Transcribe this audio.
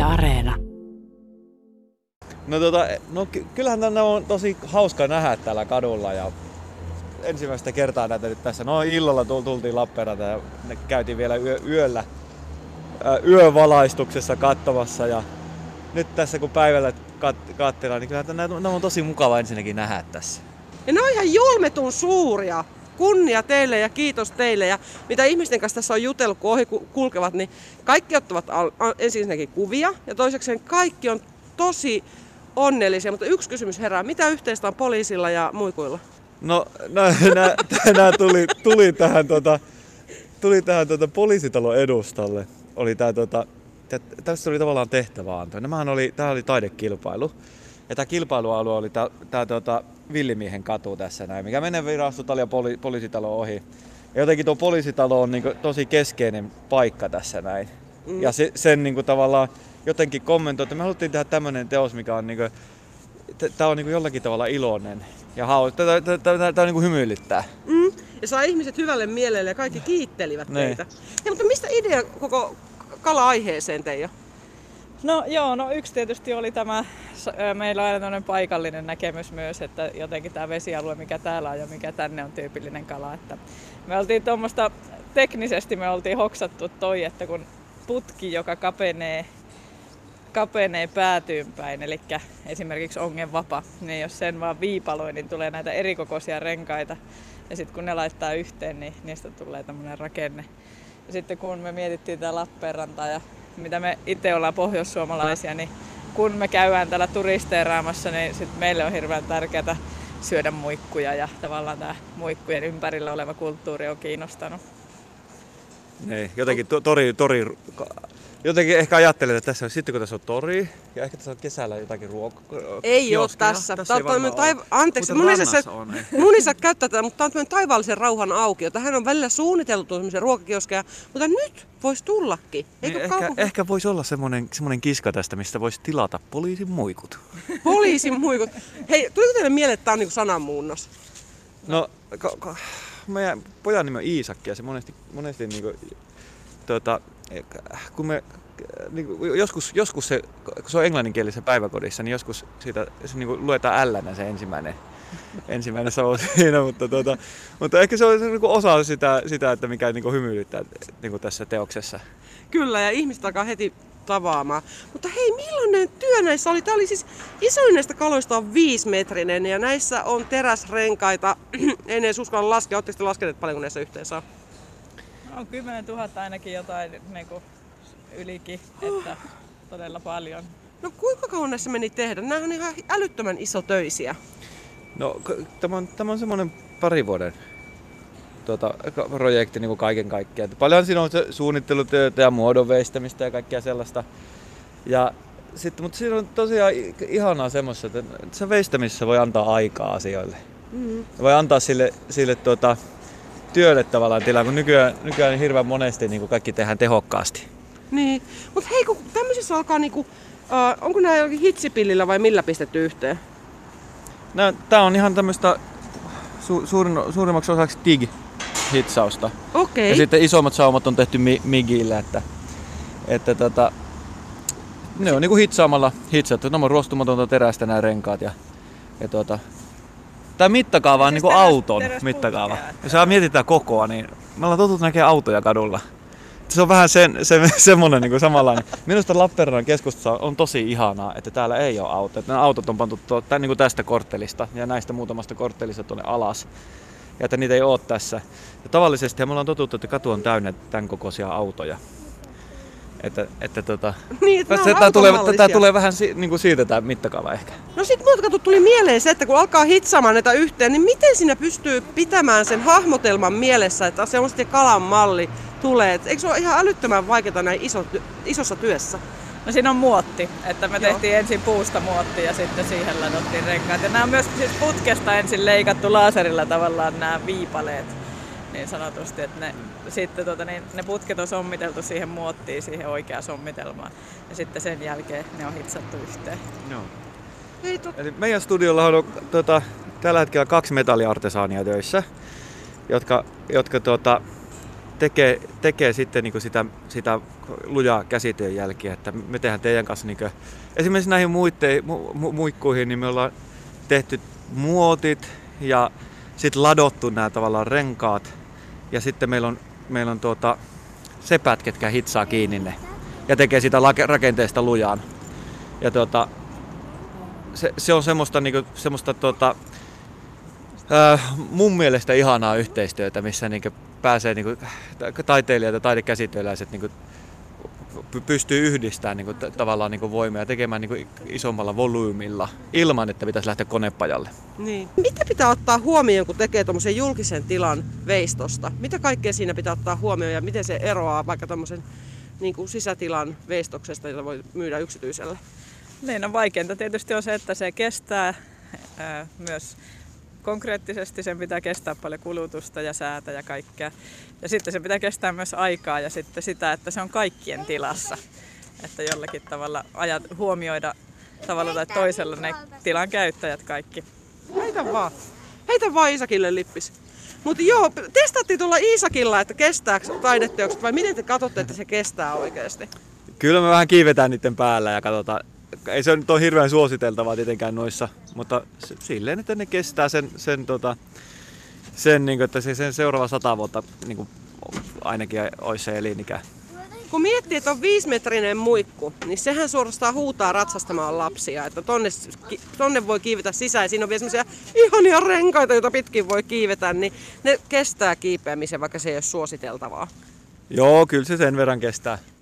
Areena. Kyllähän tämä on tosi hauska nähdä täällä kadulla ja ensimmäistä kertaa näitä nyt tässä. No illalla tultiin Lappeenranta ja käytiin vielä yöllä yövalaistuksessa katsomassa ja nyt tässä kun päivällä katsellaan, niin kyllähän nämä on tosi mukava ensinnäkin nähdä tässä. Ja ne on ihan julmetun suuria. Kunnia teille ja kiitos teille. Ja mitä ihmisten kanssa tässä on jutellut, kun ohi kulkevat, niin kaikki ottavat ensinnäkin kuvia ja toisekseen kaikki on tosi onnellisia. Mutta yksi kysymys herää, mitä yhteistä on poliisilla ja muikuilla? No, nämä tuli tähän poliisitalon edustalle. Oli tässä oli tavallaan tehtäväanto. Tämä oli taidekilpailu. Ja tämä kilpailualue oli tämä Villimiehen katu tässä näin, mikä menee Virastotalon ja poliisitalon ohi. Ja jotenkin tuo poliisitalo on niinku tosi keskeinen paikka tässä näin. Ja sen niinku tavallaan jotenkin kommentoi, että me haluttiin tehdä tämmöinen teos, mikä on niinku, tää on niinku jollakin tavalla iloinen ja tää niinku hymyilyttää. Ja saa ihmiset hyvälle mielelle ja kaikki kiittelivät teitä. Ja, mutta mistä idea koko kala-aiheeseen teidän? No joo, yksi tietysti oli tämä, meillä on aina tämmöinen paikallinen näkemys myös, että jotenkin tämä vesialue, mikä täällä on ja mikä tänne on tyypillinen kala. Että me oltiin teknisesti me oltiin hoksattu että kun putki, joka kapenee päätyyn päin, eli esimerkiksi ongen vapa, niin jos sen vaan viipaloi, niin tulee näitä erikokoisia renkaita. Ja sitten kun ne laittaa yhteen, niin niistä tulee tämmöinen rakenne. Ja sitten kun me mietittiin tää Lappeenrantaa ja mitä me itse ollaan pohjoissuomalaisia, niin kun me käydään täällä turisteeraamassa, niin sit meille on hirveän tärkeää syödä muikkuja ja tavallaan tämä muikkujen ympärillä oleva kulttuuri on kiinnostanut. Niin, jotenkin jotenkin ehkä ajattelin, että tässä sitten kun tässä on tori ja ehkä tässä on kesällä jotakin ei ole tässä. Anteeksi, mun ei saa käyttää tätä, mutta tämä on tämmöinen taivaallisen rauhan aukio. Tähän on välillä suunniteltu tämmöisiä ruokakioskeja, mutta nyt voisi tullakin. Niin, ehkä voisi olla semmoinen kiska tästä, mistä voisi tilata poliisin muikut. Poliisin muikut. Hei, tuliko teille mieleen, että tämä on niinku sananmuunnos? No, meidän pojan nimi on Iisakki ja se monesti niinku, kun me joskus se, kun se on englanninkielisessä päiväkodissa, niin joskus siitä se niinku luetaan L:nä se ensimmäinen savu siinä, mutta ehkä se on niinku osa sitä, että mikä niinku hymyilyttää niinku tässä teoksessa. Kyllä, ja ihmiset alkaa heti tavaamaan. Mutta hei, millainen työ näissä oli? Tämä oli siis isoin näistä kaloista on 5-metrinen ja näissä on teräsrenkaita. En edes uskalla laskea. Oletteko te laskeneet paljonko näissä yhteensä on? On 10 000 ainakin jotain niinku ylikin, että todella paljon. No kuinka kauan näissä meni tehdä? Nämä on ihan älyttömän isotöisiä. No tämä on semmoinen parin vuoden projekti niin kuin kaiken kaikkiaan. Paljon siinä on suunnittelutyötä ja muodon veistämistä ja kaikkea sellaista. Mutta siinä on tosiaan ihanaa semmoista, että se veistämisessä voi antaa aikaa asioille. Voi antaa sille työlle tavallaan tilaa, kun nykyään hirveän monesti niin kuin kaikki tehdään tehokkaasti. Niin, mutta hei, kun tämmöisessä alkaa onko nämä jollakin hitsipillillä vai millä pistetty yhteen? Tää on ihan tämmöistä suurimmaksi osaksi TIG-hitsausta. Okei. Ja sitten isommat saumat on tehty MIGillä, että ne on niinku hitsaamalla hitsattu. Ne on ruostumatonta terästä nämä renkaat ja tää mittakaava on niinku auton mittakaava. Jos mietitään kokoa, niin me ollaan totuttu näkemään autoja kadulla. Se on vähän semmonen niinku samanlainen. Minusta Lappeenrannan keskustassa on tosi ihanaa, että täällä ei ole autoja. Nämä autot on pantu niinku tästä korttelista ja näistä muutamasta korttelista tuonne alas. Ja että niitä ei ole tässä. Ja tavallisesti me ollaan totuttu, että katu on täynnä tämän kokoisia autoja. Niin, tää tulee vähän niinku siitä tää mittakaava ehkä. No sit multa tuli mieleen se, että kun alkaa hitsaamaan näitä yhteen, niin miten siinä pystyy pitämään sen hahmotelman mielessä, että se on sitten kalan malli tulee. Eikö se ole ihan älyttömän vaikeaa näin isossa työssä? No siinä on muotti, että me tehtiin ensin puusta muotti ja sitten siihen ladottiin renkaat. Ja nämä on myös siis putkesta ensin leikattu laserilla tavallaan nämä viipaleet. Niin sanotusti, että ne putket on sommiteltu siihen muottiin, siihen oikeaan sommitelmaan. Ja sitten sen jälkeen ne on hitsattu yhteen. Joo. Eli meidän studiolla on tällä hetkellä 2 metalliartesaania töissä, jotka tekee sitten niin kuin sitä lujaa käsityön jälkiä. Että me tehdään teidän kanssa niin kuin, esimerkiksi näihin muikkuihin, niin me ollaan tehty muotit ja sitten ladottu nämä tavallaan renkaat. Ja sitten meillä on sepät, ketkä hitsaa kiinni ne ja tekee sitä rakenteesta lujaan. Ja se on semmoista mun mielestä ihanaa yhteistyötä, missä niinku pääsee niinku taiteilijat ja taidekäsityöläiset niinku pystyy yhdistämään niinku tavallaan niinku voimia ja tekemään niinku isommalla volyymilla ilman, että pitäisi lähteä konepajalle. Niin. Mitä pitää ottaa huomioon, kun tekee tuommoisen julkisen tilan veistosta? Mitä kaikkea siinä pitää ottaa huomioon ja miten se eroaa vaikka tuommoisen niin kuin sisätilan veistoksesta, jota voi myydä yksityiselle? Niin, no vaikeinta tietysti on se, että se kestää myös konkreettisesti, sen pitää kestää paljon kulutusta ja säätä ja kaikkea. Ja sitten se pitää kestää myös aikaa ja sitten sitä, että se on kaikkien tilassa. Että jollakin tavalla huomioida tavalla tai toisella ne tilan käyttäjät kaikki. Heitä vaan Iisakille lippis. Mutta joo, testattiin tuolla Iisakilla, että kestääkö taideteokset vai miten te katsotte, että se kestää oikeasti? Kyllä me vähän kiivetään niiden päällä ja katsotaan. Ei se nyt ole hirveän suositeltavaa tietenkään noissa, mutta silleen, että ne kestää sen niin kuin, että sen seuraava 100 vuotta niin kuin ainakin olisi se elinikä. Kun miettii, että on 5-metrinen muikku, niin sehän suorastaan huutaa ratsastamaan lapsia, että tonne voi kiivetä sisään ja siinä on vielä semmoisia ihania renkaita, joita pitkin voi kiivetä, niin ne kestää kiipeämisen, vaikka se ei ole suositeltavaa. Joo, kyllä se sen verran kestää.